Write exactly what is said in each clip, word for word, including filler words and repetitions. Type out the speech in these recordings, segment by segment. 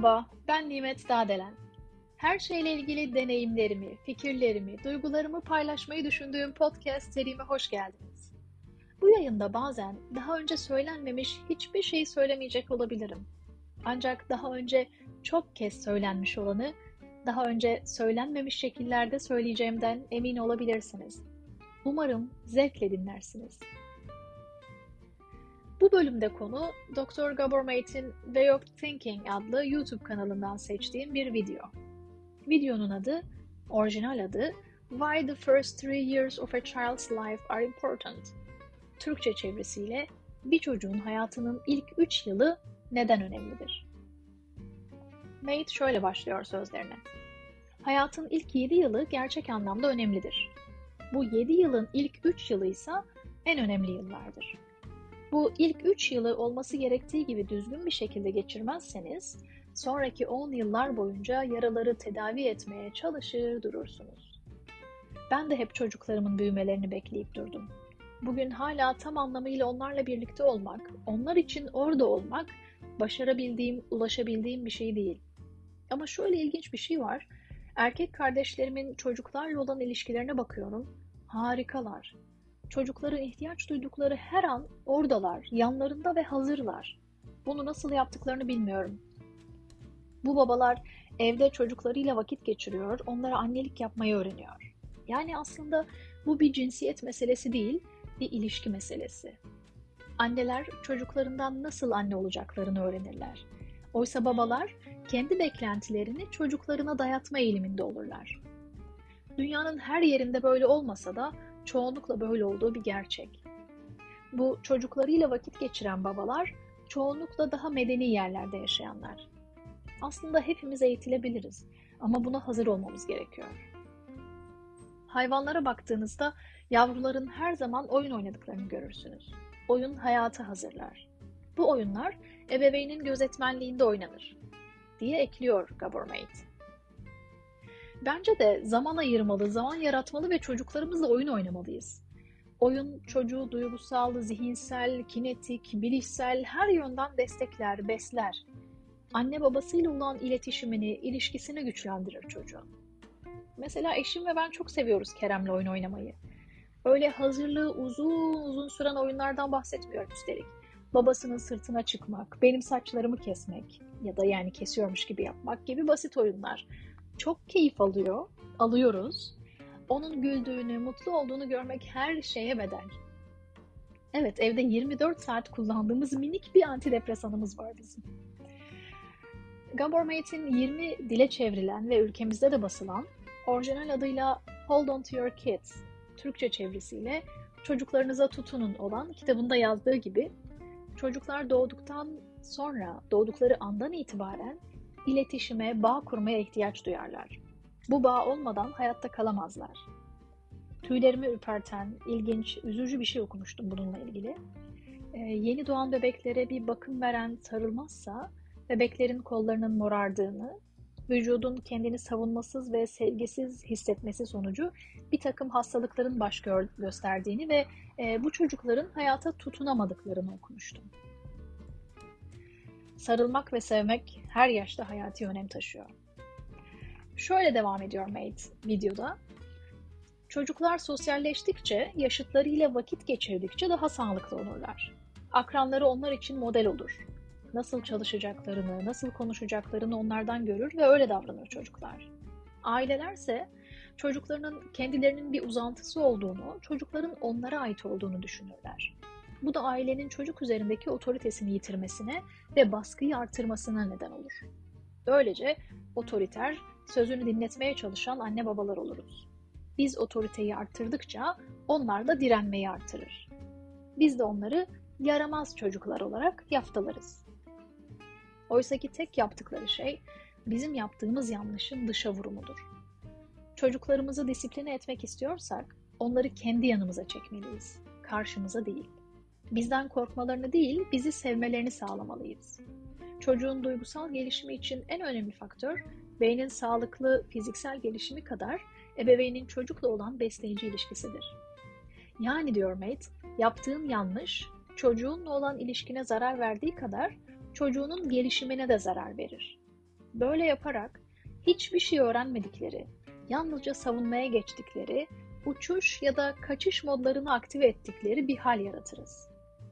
Merhaba, ben Nimet Dağdelen. Her şeyle ilgili deneyimlerimi, fikirlerimi, duygularımı paylaşmayı düşündüğüm podcast serime hoş geldiniz. Bu yayında bazen daha önce söylenmemiş hiçbir şey söylemeyecek olabilirim. Ancak daha önce çok kez söylenmiş olanı, daha önce söylenmemiş şekillerde söyleyeceğimden emin olabilirsiniz. Umarım zevkle dinlersiniz. Bu bölümde konu doktor Gabor Mate'in Way of Thinking adlı YouTube kanalından seçtiğim bir video. Videonun adı, orijinal adı Why the First Three Years of a Child's Life Are Important. Türkçe çevirisiyle bir çocuğun hayatının ilk üç yılı neden önemlidir? Mate şöyle başlıyor sözlerine. Hayatın ilk yedi yılı gerçek anlamda önemlidir. Bu yedi yılın ilk üç yılı ise en önemli yıllardır. Bu ilk üç yılı olması gerektiği gibi düzgün bir şekilde geçirmezseniz, sonraki on yıllar boyunca yaraları tedavi etmeye çalışır durursunuz. Ben de hep çocuklarımın büyümelerini bekleyip durdum. Bugün hala tam anlamıyla onlarla birlikte olmak, onlar için orada olmak, başarabildiğim, ulaşabildiğim bir şey değil. Ama şöyle ilginç bir şey var, erkek kardeşlerimin çocuklarla olan ilişkilerine bakıyorum, harikalar. Çocukların ihtiyaç duydukları her an oradalar, yanlarında ve hazırlar. Bunu nasıl yaptıklarını bilmiyorum. Bu babalar evde çocuklarıyla vakit geçiriyor, onlara annelik yapmayı öğreniyor. Yani aslında bu bir cinsiyet meselesi değil, bir ilişki meselesi. Anneler çocuklarından nasıl anne olacaklarını öğrenirler. Oysa babalar kendi beklentilerini çocuklarına dayatma eğiliminde olurlar. Dünyanın her yerinde böyle olmasa da çoğunlukla böyle olduğu bir gerçek. Bu çocuklarıyla vakit geçiren babalar çoğunlukla daha medeni yerlerde yaşayanlar. Aslında hepimiz eğitilebiliriz ama buna hazır olmamız gerekiyor. Hayvanlara baktığınızda yavruların her zaman oyun oynadıklarını görürsünüz. Oyun hayata hazırlar. Bu oyunlar ebeveynin gözetmenliğinde oynanır, diye ekliyor Gabor Mate. Bence de zaman ayırmalı, zaman yaratmalı ve çocuklarımızla oyun oynamalıyız. Oyun çocuğu duygusal, zihinsel, kinetik, bilişsel her yönden destekler, besler. Anne babasıyla olan iletişimini, ilişkisini güçlendirir çocuğun. Mesela eşim ve ben çok seviyoruz Kerem'le oyun oynamayı. Öyle hazırlığı uzun uzun süren oyunlardan bahsetmiyorum üstelik. Babasının sırtına çıkmak, benim saçlarımı kesmek ya da yani kesiyormuş gibi yapmak gibi basit oyunlar. Çok keyif alıyor, alıyoruz. Onun güldüğünü, mutlu olduğunu görmek her şeye bedel. Evet, evde yirmi dört saat kullandığımız minik bir antidepresanımız var bizim. Gabor Mate'in yirmi dile çevrilen ve ülkemizde de basılan, orijinal adıyla Hold On To Your Kids, Türkçe çevirisiyle Çocuklarınıza Tutunun olan kitabında yazdığı gibi, çocuklar doğduktan sonra, doğdukları andan itibaren iletişime, bağ kurmaya ihtiyaç duyarlar. Bu bağ olmadan hayatta kalamazlar. Tüylerimi ürperten, ilginç, üzücü bir şey okumuştum bununla ilgili. Ee, yeni doğan bebeklere bir bakım veren sarılmazsa, bebeklerin kollarının morardığını, vücudun kendini savunmasız ve sevgisiz hissetmesi sonucu bir takım hastalıkların baş gösterdiğini ve e, bu çocukların hayata tutunamadıklarını okumuştum. Sarılmak ve sevmek her yaşta hayati önem taşıyor. Şöyle devam ediyor Mate videoda. Çocuklar sosyalleştikçe, yaşıtlarıyla vakit geçirdikçe daha sağlıklı olurlar. Akranları onlar için model olur. Nasıl çalışacaklarını, nasıl konuşacaklarını onlardan görür ve öyle davranır çocuklar. Ailelerse çocuklarının kendilerinin bir uzantısı olduğunu, çocukların onlara ait olduğunu düşünürler. Bu da ailenin çocuk üzerindeki otoritesini yitirmesine ve baskıyı artırmasına neden olur. Böylece otoriter, sözünü dinletmeye çalışan anne babalar oluruz. Biz otoriteyi arttırdıkça onlar da direnmeyi artırır. Biz de onları yaramaz çocuklar olarak yaftalarız. Oysaki tek yaptıkları şey bizim yaptığımız yanlışın dışa vurumudur. Çocuklarımızı disipline etmek istiyorsak onları kendi yanımıza çekmeliyiz, karşımıza değil. Bizden korkmalarını değil, bizi sevmelerini sağlamalıyız. Çocuğun duygusal gelişimi için en önemli faktör, beynin sağlıklı fiziksel gelişimi kadar ebeveynin çocukla olan besleyici ilişkisidir. Yani diyor Mate, yaptığın yanlış, çocuğunla olan ilişkine zarar verdiği kadar çocuğunun gelişimine de zarar verir. Böyle yaparak hiçbir şey öğrenmedikleri, yalnızca savunmaya geçtikleri, uçuş ya da kaçış modlarını aktive ettikleri bir hal yaratırız.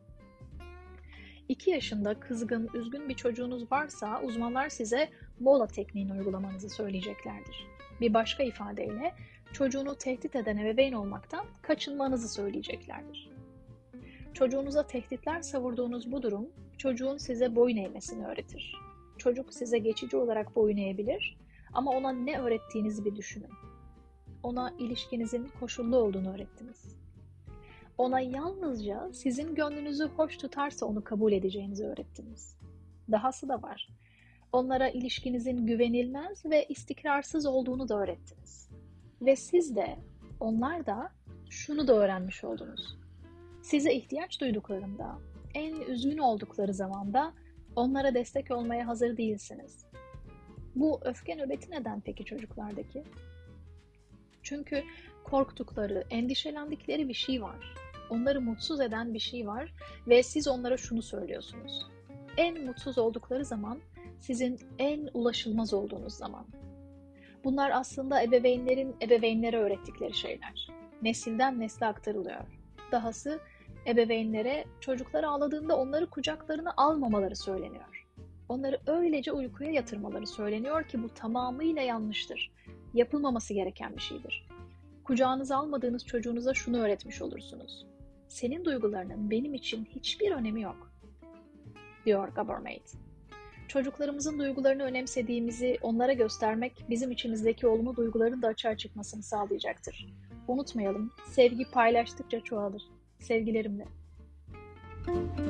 iki yaşında kızgın, üzgün bir çocuğunuz varsa uzmanlar size mola tekniğini uygulamanızı söyleyeceklerdir. Bir başka ifadeyle çocuğunu tehdit eden ebeveyn olmaktan kaçınmanızı söyleyeceklerdir. Çocuğunuza tehditler savurduğunuz bu durum çocuğun size boyun eğmesini öğretir. Çocuk size geçici olarak boyun eğebilir ama ona ne öğrettiğinizi bir düşünün. Ona ilişkinizin koşullu olduğunu öğrettiniz. Ona yalnızca sizin gönlünüzü hoş tutarsa onu kabul edeceğinizi öğrettiniz. Dahası da var. Onlara ilişkinizin güvenilmez ve istikrarsız olduğunu da öğrettiniz. Ve siz de, onlar da şunu da öğrenmiş oldunuz. Size ihtiyaç duyduklarında, en üzgün oldukları zamanda onlara destek olmaya hazır değilsiniz. Bu öfke nöbeti neden peki çocuklardaki? Çünkü korktukları, endişelendikleri bir şey var. Onları mutsuz eden bir şey var ve siz onlara şunu söylüyorsunuz. En mutsuz oldukları zaman sizin en ulaşılmaz olduğunuz zaman. Bunlar aslında ebeveynlerin ebeveynlere öğrettikleri şeyler. Nesilden nesle aktarılıyor. Dahası ebeveynlere çocuklar ağladığında onları kucaklarına almamaları söyleniyor. Onları öylece uykuya yatırmaları söyleniyor ki bu tamamıyla yanlıştır. Yapılmaması gereken bir şeydir. Kucağınıza almadığınız çocuğunuza şunu öğretmiş olursunuz. Senin duygularının benim için hiçbir önemi yok, diyor Gabor-Mate. Çocuklarımızın duygularını önemsediğimizi onlara göstermek bizim içimizdeki olumlu duyguların da açığa çıkmasını sağlayacaktır. Unutmayalım, sevgi paylaştıkça çoğalır. Sevgilerimle.